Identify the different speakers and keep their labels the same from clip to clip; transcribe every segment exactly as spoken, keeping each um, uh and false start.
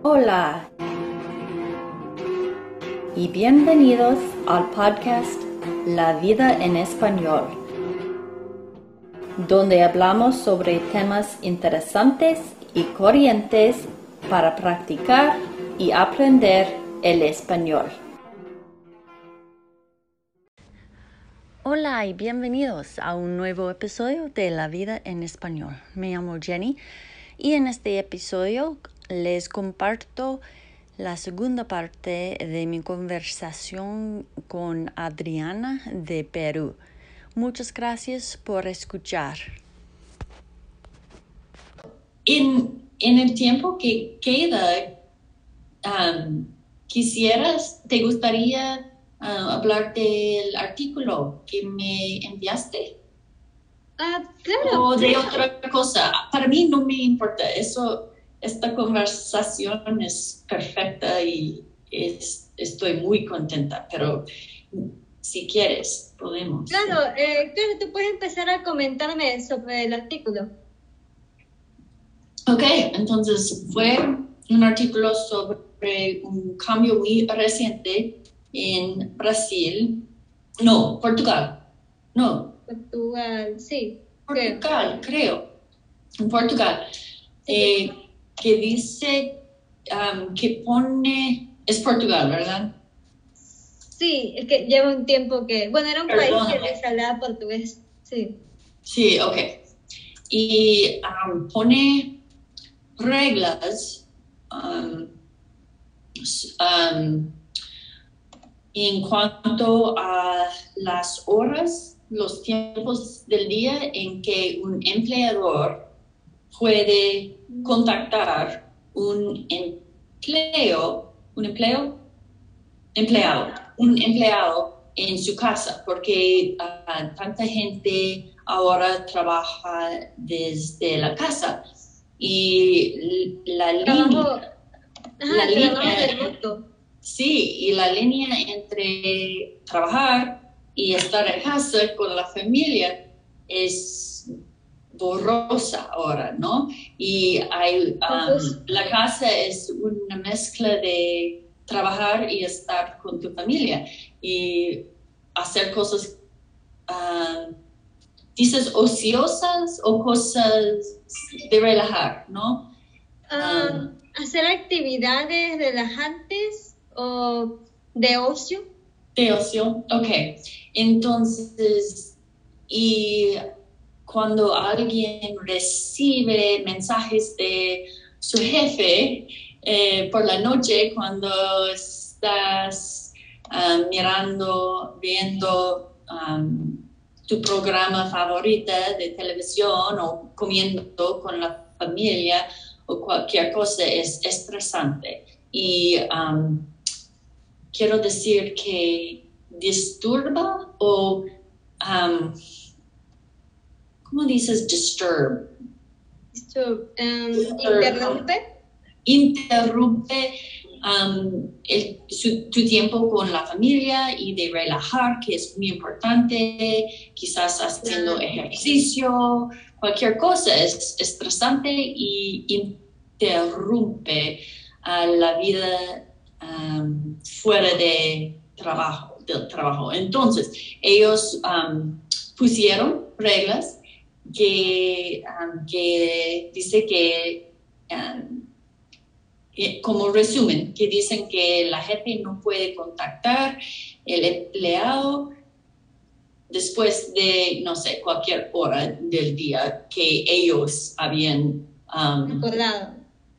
Speaker 1: Hola y bienvenidos al podcast La Vida en Español, donde hablamos sobre temas interesantes y corrientes para practicar y aprender el español. Hola y bienvenidos a un nuevo episodio de La Vida en Español. Me llamo Jenny y en este episodio les comparto la segunda parte de mi conversación con Adriana de Perú. Muchas gracias por escuchar.
Speaker 2: En, en el tiempo que queda, um, quisieras, ¿te gustaría uh, hablar del artículo que me enviaste?
Speaker 3: Ah, claro.
Speaker 2: O de otra cosa. Para mí no me importa. Eso, esta conversación es perfecta y es, estoy muy contenta. Pero si quieres, podemos.
Speaker 3: Claro, eh, claro, tú puedes empezar a comentarme sobre el artículo.
Speaker 2: Ok, entonces fue un artículo sobre un cambio muy reciente en Brasil. No, Portugal. No.
Speaker 3: Portugal, sí.
Speaker 2: Portugal, creo. En Portugal. Eh, que dice um, que pone... Es Portugal, ¿verdad?
Speaker 3: Sí, es que lleva un tiempo que... Bueno, era un
Speaker 2: Perdóname.
Speaker 3: país que se hablaba portugués, sí.
Speaker 2: Sí, ok. Y um, pone reglas um, um, en cuanto a las horas, los tiempos del día en que un empleador puede contactar un empleo, un empleo, empleado, un empleado en su casa, porque uh, tanta gente ahora trabaja desde la casa y la
Speaker 3: Trabajo,
Speaker 2: línea,
Speaker 3: ajá,
Speaker 2: la
Speaker 3: trabajo
Speaker 2: línea,
Speaker 3: remoto.
Speaker 2: sí, y la línea entre trabajar y estar en casa con la familia es borrosa ahora, ¿no? Y hay, um, la casa es una mezcla de trabajar y estar con tu familia y hacer cosas, uh, dices, ociosas o cosas de relajar, ¿no?
Speaker 3: Ah,
Speaker 2: Um,
Speaker 3: ¿hacer actividades relajantes o de ocio?
Speaker 2: de ocio, ok. Entonces, y cuando alguien recibe mensajes de su jefe eh, por la noche, cuando estás um, mirando, viendo um, tu programa favorita de televisión o comiendo con la familia o cualquier cosa, es estresante. Y um, quiero decir que disturba o... Um, ¿Cómo dices disturb?
Speaker 3: Disturb, um, interrumpe.
Speaker 2: Interrumpe um, el, su, tu tiempo con la familia y de relajar, que es muy importante, quizás haciendo
Speaker 3: Claro.
Speaker 2: ejercicio, cualquier cosa es estresante y interrumpe uh, la vida um, fuera de trabajo, del trabajo. Entonces, ellos um, pusieron reglas que, um, que dice que, um, que, como resumen, que dicen que la jefe no puede contactar el empleado después de, no sé, cualquier hora del día que ellos habían... Um,
Speaker 3: Acordado.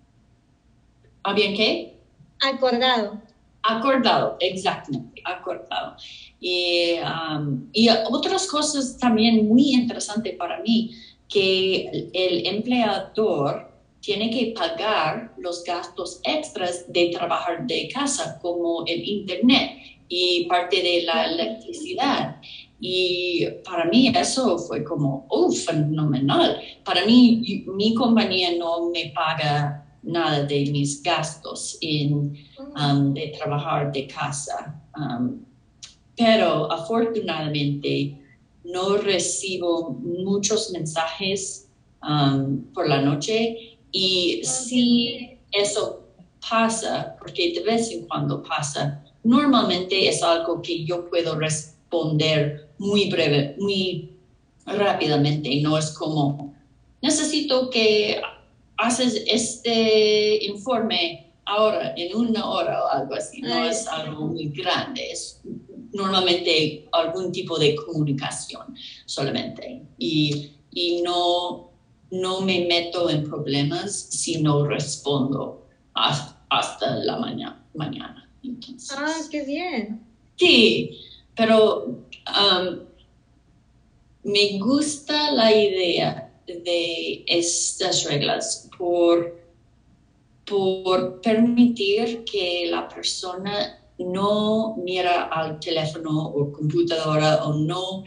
Speaker 2: ¿Habían qué?
Speaker 3: Acordado.
Speaker 2: Acordado, exactamente, acordado. Y, um, y otras cosas también muy interesantes para mí, que el empleador tiene que pagar los gastos extras de trabajar de casa, como el internet y parte de la electricidad. Y para mí eso fue como, oh, fenomenal. Para mí, mi compañía no me paga nada de mis gastos en, um, de trabajar de casa. Um, pero afortunadamente no recibo muchos mensajes um, por la noche y sí, eso pasa, porque de vez en cuando pasa, normalmente es algo que yo puedo responder muy breve, muy rápidamente. No es como, necesito que haces este informe ahora, en una hora o algo así. No
Speaker 3: Ay,
Speaker 2: es algo muy grande, es normalmente algún tipo de comunicación solamente. Y, y no, no me meto en problemas si no respondo hasta, hasta la mañana. mañana. Entonces,
Speaker 3: ah, qué bien.
Speaker 2: sí, pero um, me gusta la idea de estas reglas por, por permitir que la persona no mira al teléfono o computadora o no,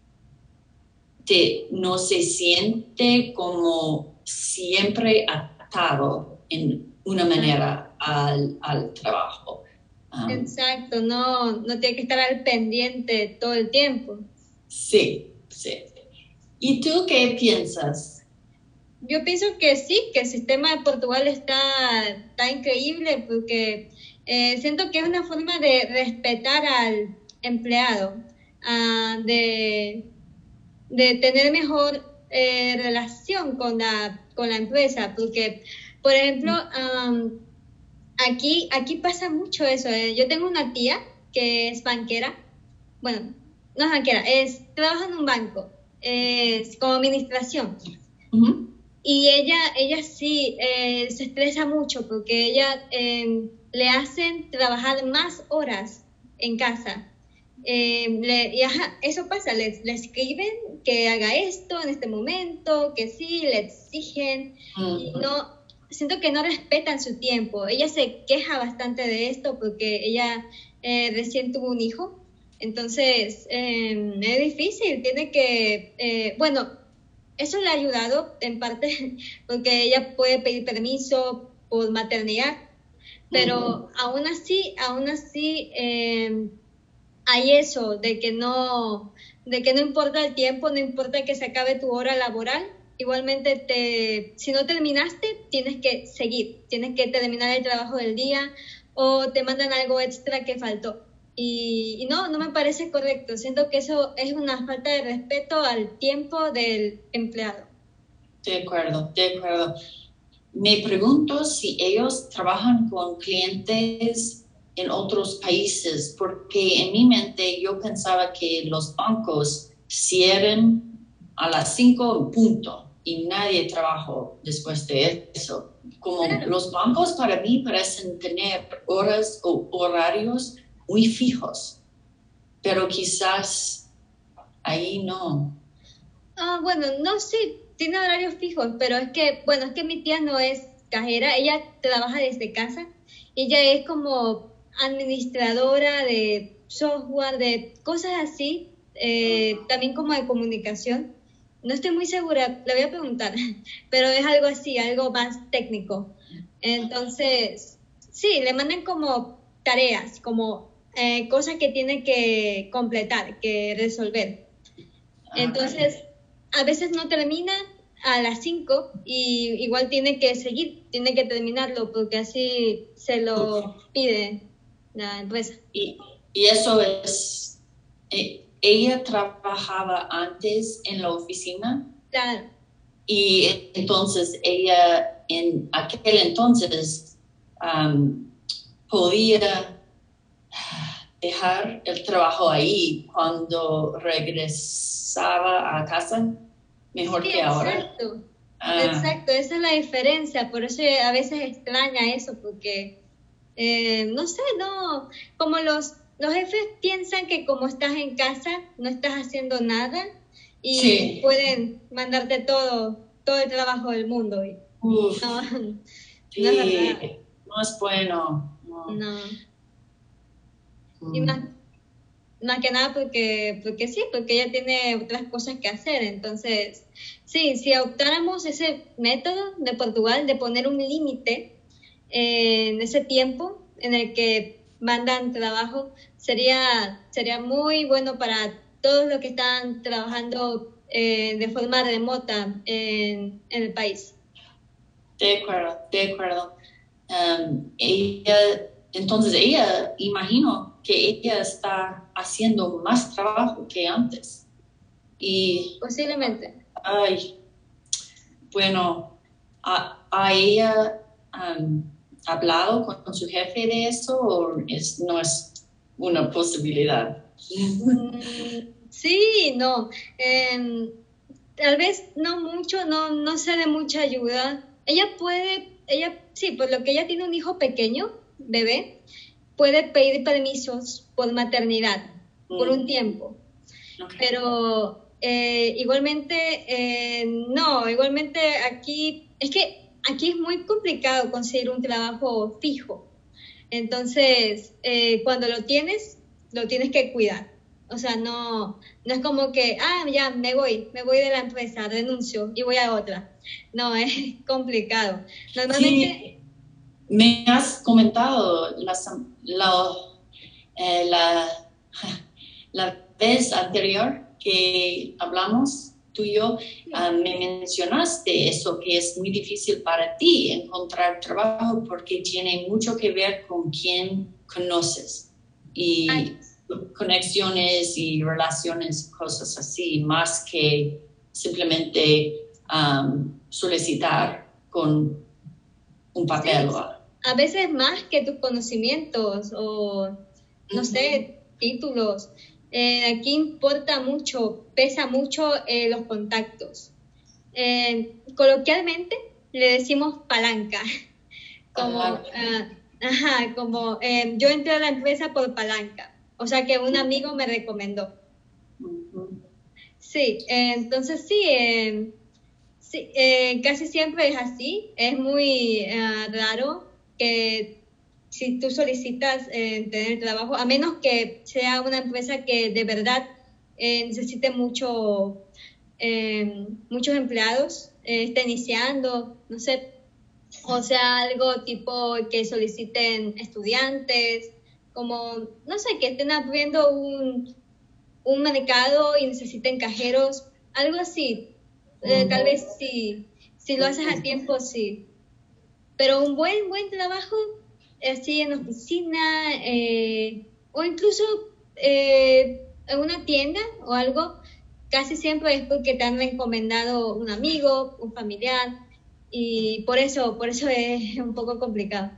Speaker 2: te, no se siente como siempre atado en una manera al, al trabajo. Um,
Speaker 3: Exacto, no, no tiene que estar al pendiente todo el tiempo.
Speaker 2: sí, sí. ¿Y tú qué piensas?
Speaker 3: Yo pienso que sí, que el sistema de Portugal está, está increíble porque eh, siento que es una forma de respetar al empleado, ah, de, de tener mejor eh, relación con la, con la empresa, porque, por ejemplo, am, aquí, aquí pasa mucho eso. eh. Yo tengo una tía que es banquera, bueno, no es banquera, es, trabaja en un banco, es como administración.
Speaker 2: Uh-huh.
Speaker 3: Y ella, ella sí eh, se estresa mucho porque ella eh, le hacen trabajar más horas en casa. Eh, le- y ajá, eso pasa, le, le escriben que haga esto en este momento, que sí, le exigen y
Speaker 2: Uh-huh.
Speaker 3: no, siento que no respetan su tiempo. Ella se queja bastante de esto porque ella eh, recién tuvo un hijo, entonces eh, es difícil, tiene que, eh, bueno, eso le ha ayudado en parte porque ella puede pedir permiso por maternidad, pero aún así, aún así eh, hay eso de que no, de que no importa el tiempo, no importa que se acabe tu hora laboral, igualmente te, si no terminaste, tienes que seguir, tienes que terminar el trabajo del día o te mandan algo extra que faltó. Y, y no, no me parece correcto. Siento que eso es una falta de respeto al tiempo del empleado.
Speaker 2: De acuerdo, de acuerdo. Me pregunto si ellos trabajan con clientes en otros países, porque en mi mente yo pensaba que los bancos cierran a las cinco en punto y nadie trabajó después de eso. Como
Speaker 3: Claro.
Speaker 2: los bancos para mí parecen tener horas o horarios muy fijos, pero quizás ahí no.
Speaker 3: Ah, bueno, no, sí, tiene horarios fijos, pero es que, bueno, es que mi tía no es cajera, ella trabaja desde casa, ella es como administradora de software, de cosas así, eh, también como de comunicación. No estoy muy segura, le voy a preguntar, pero es algo así, algo más técnico. Entonces, sí, le mandan como tareas, como eh, cosas que tiene que completar, que resolver. Entonces, a veces no termina a las cinco y igual tiene que seguir, tiene que terminarlo porque así se lo pide la empresa.
Speaker 2: Y, y eso es, eh, ella trabajaba antes en la oficina
Speaker 3: Claro,
Speaker 2: y entonces ella en aquel entonces um, podía dejar el trabajo ahí cuando regresaba a casa mejor
Speaker 3: sí,
Speaker 2: que ahora.
Speaker 3: exacto,
Speaker 2: Ah,
Speaker 3: exacto, esa es la diferencia, por eso a veces extraña eso, porque eh, no sé, no, como los, los jefes piensan que como estás en casa no estás haciendo nada y
Speaker 2: sí.
Speaker 3: pueden mandarte todo, todo el trabajo del mundo. Y
Speaker 2: Uf,
Speaker 3: no, no es
Speaker 2: sí,
Speaker 3: verdad,
Speaker 2: no es bueno. No.
Speaker 3: no. Y más,
Speaker 2: Mm.
Speaker 3: más que nada porque, porque sí, porque ella tiene otras cosas que hacer. Entonces, sí, si optáramos ese método de Portugal de poner un límite eh, en ese tiempo en el que mandan trabajo, sería, sería muy bueno para todos los que están trabajando eh, de forma remota en, en el país.
Speaker 2: De acuerdo, de acuerdo. um, ella, entonces ella, imagino que ella está haciendo más trabajo que antes. Y,
Speaker 3: Posiblemente.
Speaker 2: ay, bueno, ¿a, a ella um, hablado con su jefe de eso o es, no es una posibilidad?
Speaker 3: Mm, sí, no. Eh, tal vez no mucho, no, no sé de mucha ayuda. Ella puede, ella, sí, por lo que ella tiene un hijo pequeño, bebé, puede pedir permisos por maternidad por un tiempo.
Speaker 2: Okay.
Speaker 3: Pero eh, igualmente, eh, no, igualmente aquí, es que aquí es muy complicado conseguir un trabajo fijo. Entonces, eh, cuando lo tienes, lo tienes que cuidar. O sea, no, no es como que, ah, ya, me voy, me voy de la empresa, renuncio y voy a otra. No, es complicado. Normalmente...
Speaker 2: Sí, me has comentado las, la, eh, la, la vez anterior que hablamos, tú y yo, uh, me mencionaste eso, que es muy difícil para ti encontrar trabajo porque tiene mucho que ver con quién conoces y
Speaker 3: Ay.
Speaker 2: conexiones y relaciones, cosas así, más que simplemente um, solicitar con un papel.
Speaker 3: Sí, a veces más que tus conocimientos o, no sé, títulos. Eh, aquí importa mucho, pesa mucho eh, los contactos. Eh, coloquialmente le decimos palanca, como, ah, ajá, como eh, yo entré a la empresa por palanca, o sea que un amigo me recomendó.
Speaker 2: Ujú.
Speaker 3: Sí, eh, entonces sí, eh, sí eh, casi siempre es así. Es muy eh, raro que si tú solicitas eh, tener trabajo, a menos que sea una empresa que de verdad eh, necesite mucho, eh, muchos empleados, eh, está iniciando, no sé, o sea, algo tipo que soliciten estudiantes, como, no sé, que estén abriendo un, un mercado y necesiten cajeros, algo así. Eh, tal vez si, si lo haces a tiempo, sí. Pero un buen, buen trabajo, así en oficina, eh, o incluso eh, en una tienda o algo, casi siempre es porque te han recomendado un amigo, un familiar, y por eso, por eso es un poco complicado.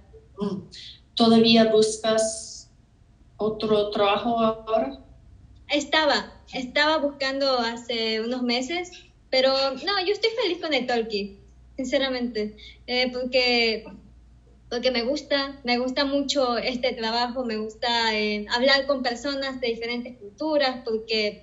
Speaker 2: ¿Todavía buscas otro trabajo ahora?
Speaker 3: Estaba, estaba buscando hace unos meses, pero no, yo estoy feliz con el Talkie, sinceramente, eh, porque, porque me gusta, me gusta mucho este trabajo, me gusta eh, hablar con personas de diferentes culturas, porque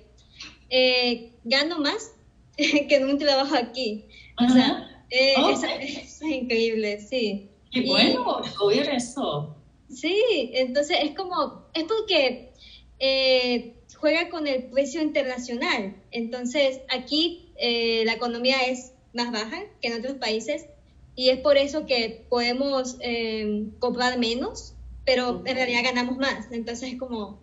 Speaker 3: eh, gano más que en un trabajo aquí. O sea, eh,
Speaker 2: Oh,
Speaker 3: eso, eso es increíble, sí.
Speaker 2: qué
Speaker 3: Y,
Speaker 2: bueno oír eso.
Speaker 3: sí, entonces es como, es porque eh, juega con el precio internacional. Entonces aquí eh, la economía es más baja que en otros países y es por eso que podemos eh, comprar menos, pero en realidad ganamos más. Entonces es como,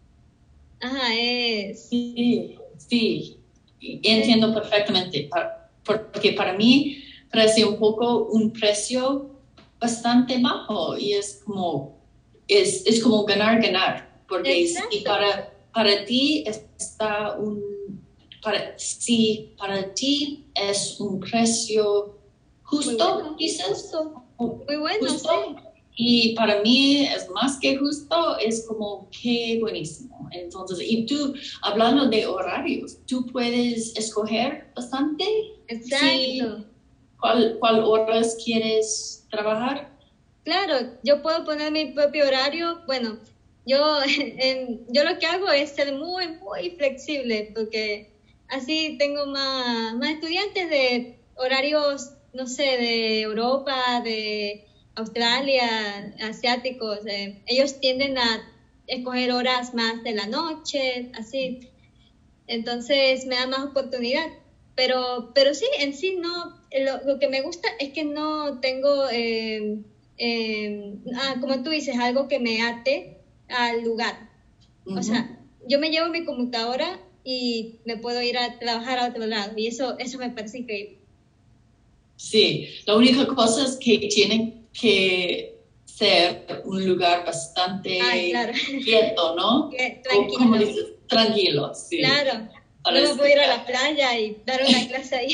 Speaker 3: ajá, es...
Speaker 2: Sí, sí, entiendo perfectamente, porque para mí parece un poco un precio bastante bajo y es como, es, es como ganar, ganar, porque si para, para ti está un, para, si para ti es un precio justo,
Speaker 3: bueno,
Speaker 2: dices,
Speaker 3: justo. Muy bueno,
Speaker 2: justo,
Speaker 3: sí.
Speaker 2: y para mí es más que justo, es como que buenísimo. Entonces, y tú, hablando de horarios, tú puedes escoger bastante.
Speaker 3: Exacto.
Speaker 2: Sí, ¿cuál, cuál horas quieres trabajar?
Speaker 3: Claro, yo puedo poner mi propio horario. Bueno, yo, en, yo lo que hago es ser muy, muy flexible, porque así tengo más, más estudiantes de horarios, no sé, de Europa, de Australia, asiáticos. Eh, ellos tienden a escoger horas más de la noche, así. Entonces me da más oportunidad. Pero, pero sí, en sí no, lo, lo que me gusta es que no tengo, eh, eh, ah, como tú dices, algo que me ate al lugar. Uh-huh. O sea, yo me llevo mi computadora y me puedo ir a trabajar a otro lado y eso, eso me parece increíble.
Speaker 2: Sí, la única cosa es que tienen que ser un lugar bastante
Speaker 3: Ah, claro.
Speaker 2: quieto, ¿no?
Speaker 3: Que-
Speaker 2: O, como
Speaker 3: Tranquilo.
Speaker 2: dices, tranquilo, sí.
Speaker 3: Claro.
Speaker 2: Para
Speaker 3: No me puedo ir a la
Speaker 2: estudiar.
Speaker 3: playa y dar una clase ahí.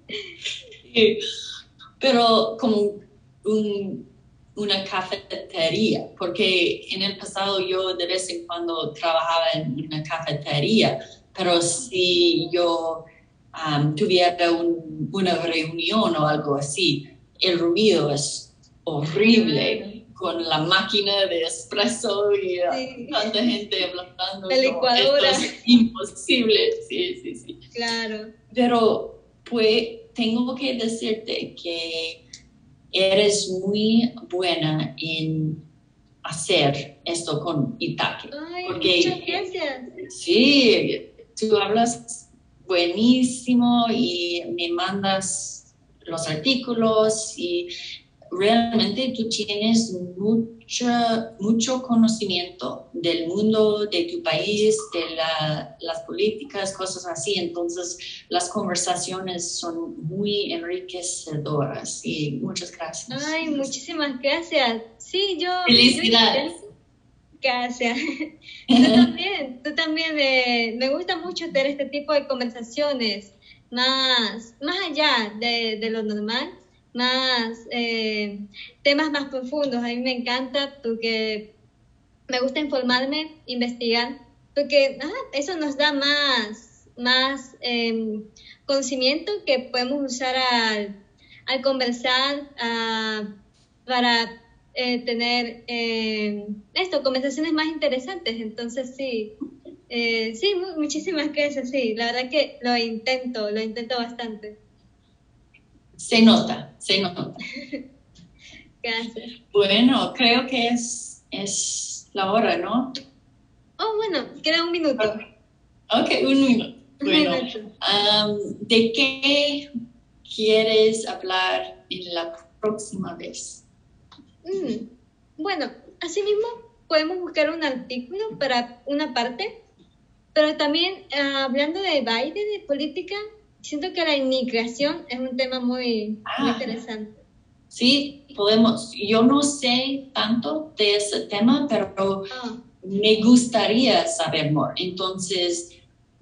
Speaker 2: Sí. Pero como un- una cafetería, porque en el pasado yo de vez en cuando trabajaba en una cafetería, pero si yo um, tuviera un- una reunión o algo así, el ruido es horrible con la máquina de espresso y uh,
Speaker 3: Sí.
Speaker 2: tanta gente hablando.
Speaker 3: La
Speaker 2: no,
Speaker 3: licuadora.
Speaker 2: esto es imposible, sí, sí, sí.
Speaker 3: Claro.
Speaker 2: Pero pues tengo que decirte que eres muy buena en hacer esto con Itaque.
Speaker 3: Ay,
Speaker 2: Porque
Speaker 3: muchas gracias.
Speaker 2: sí, tú hablas buenísimo y me mandas los artículos y realmente tú tienes mucho, mucho conocimiento del mundo, de tu país, de la, las políticas, cosas así. Entonces, las conversaciones son muy enriquecedoras y muchas gracias.
Speaker 3: Ay, muchísimas gracias. Sí, yo, yo
Speaker 2: Felicidades.
Speaker 3: intento. Gracias. Tú también, tú también. eh, me gusta mucho tener este tipo de conversaciones, más, más allá de, de lo normal, más eh, temas más profundos. A mí me encanta porque me gusta informarme, investigar, porque ah, eso nos da más, más eh, conocimiento que podemos usar al, al conversar, a- para eh, tener eh, esto, conversaciones más interesantes. Entonces sí, eh, sí, mu- muchísimas gracias, sí, la verdad que lo intento, lo intento bastante.
Speaker 2: Se nota, se nota.
Speaker 3: Gracias.
Speaker 2: Bueno, creo que es, es la hora, ¿no?
Speaker 3: Oh, bueno, queda un minuto.
Speaker 2: Ok, un minuto.
Speaker 3: Un
Speaker 2: Bueno,
Speaker 3: minuto.
Speaker 2: um, ¿de qué quieres hablar en la próxima vez?
Speaker 3: Mm, Bueno, asimismo podemos buscar un artículo para una parte, pero también ah, hablando de Biden, de política, siento que la inmigración es un tema muy, muy
Speaker 2: Ah.
Speaker 3: interesante.
Speaker 2: Sí, podemos. Yo no sé tanto de ese tema, pero
Speaker 3: Ah,
Speaker 2: me gustaría saber más. Entonces,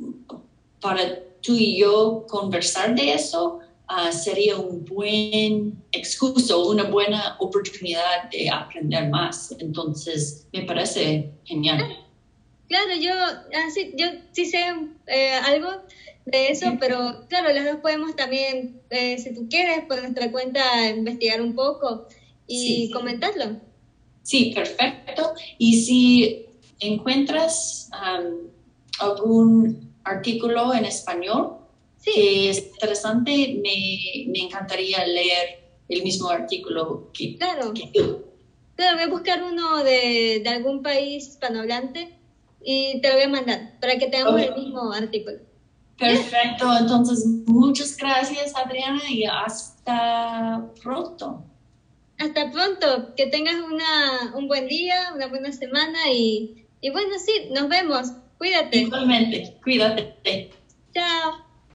Speaker 2: para tú y yo conversar de eso, uh, sería un buen excuso, una buena oportunidad de aprender más. Entonces, me parece genial.
Speaker 3: claro, yo, ah, sí, yo sí sé eh, algo de eso, pero claro, las dos podemos también, eh, si tú quieres, por nuestra cuenta investigar un poco y
Speaker 2: Sí.
Speaker 3: comentarlo.
Speaker 2: Sí, perfecto. Y si encuentras um, algún artículo en español
Speaker 3: Sí,
Speaker 2: que es interesante, me, me encantaría leer el mismo artículo que,
Speaker 3: claro.
Speaker 2: que tú.
Speaker 3: Claro, voy a buscar uno de, de algún país hispanohablante y te lo voy a mandar para que tengamos
Speaker 2: Ok.
Speaker 3: el mismo artículo.
Speaker 2: Perfecto. Entonces, muchas gracias, Adriana, y hasta pronto.
Speaker 3: Hasta pronto, que tengas una, un buen día, una buena semana y, y bueno, sí, nos vemos. Cuídate.
Speaker 2: Igualmente, cuídate.
Speaker 3: Chao.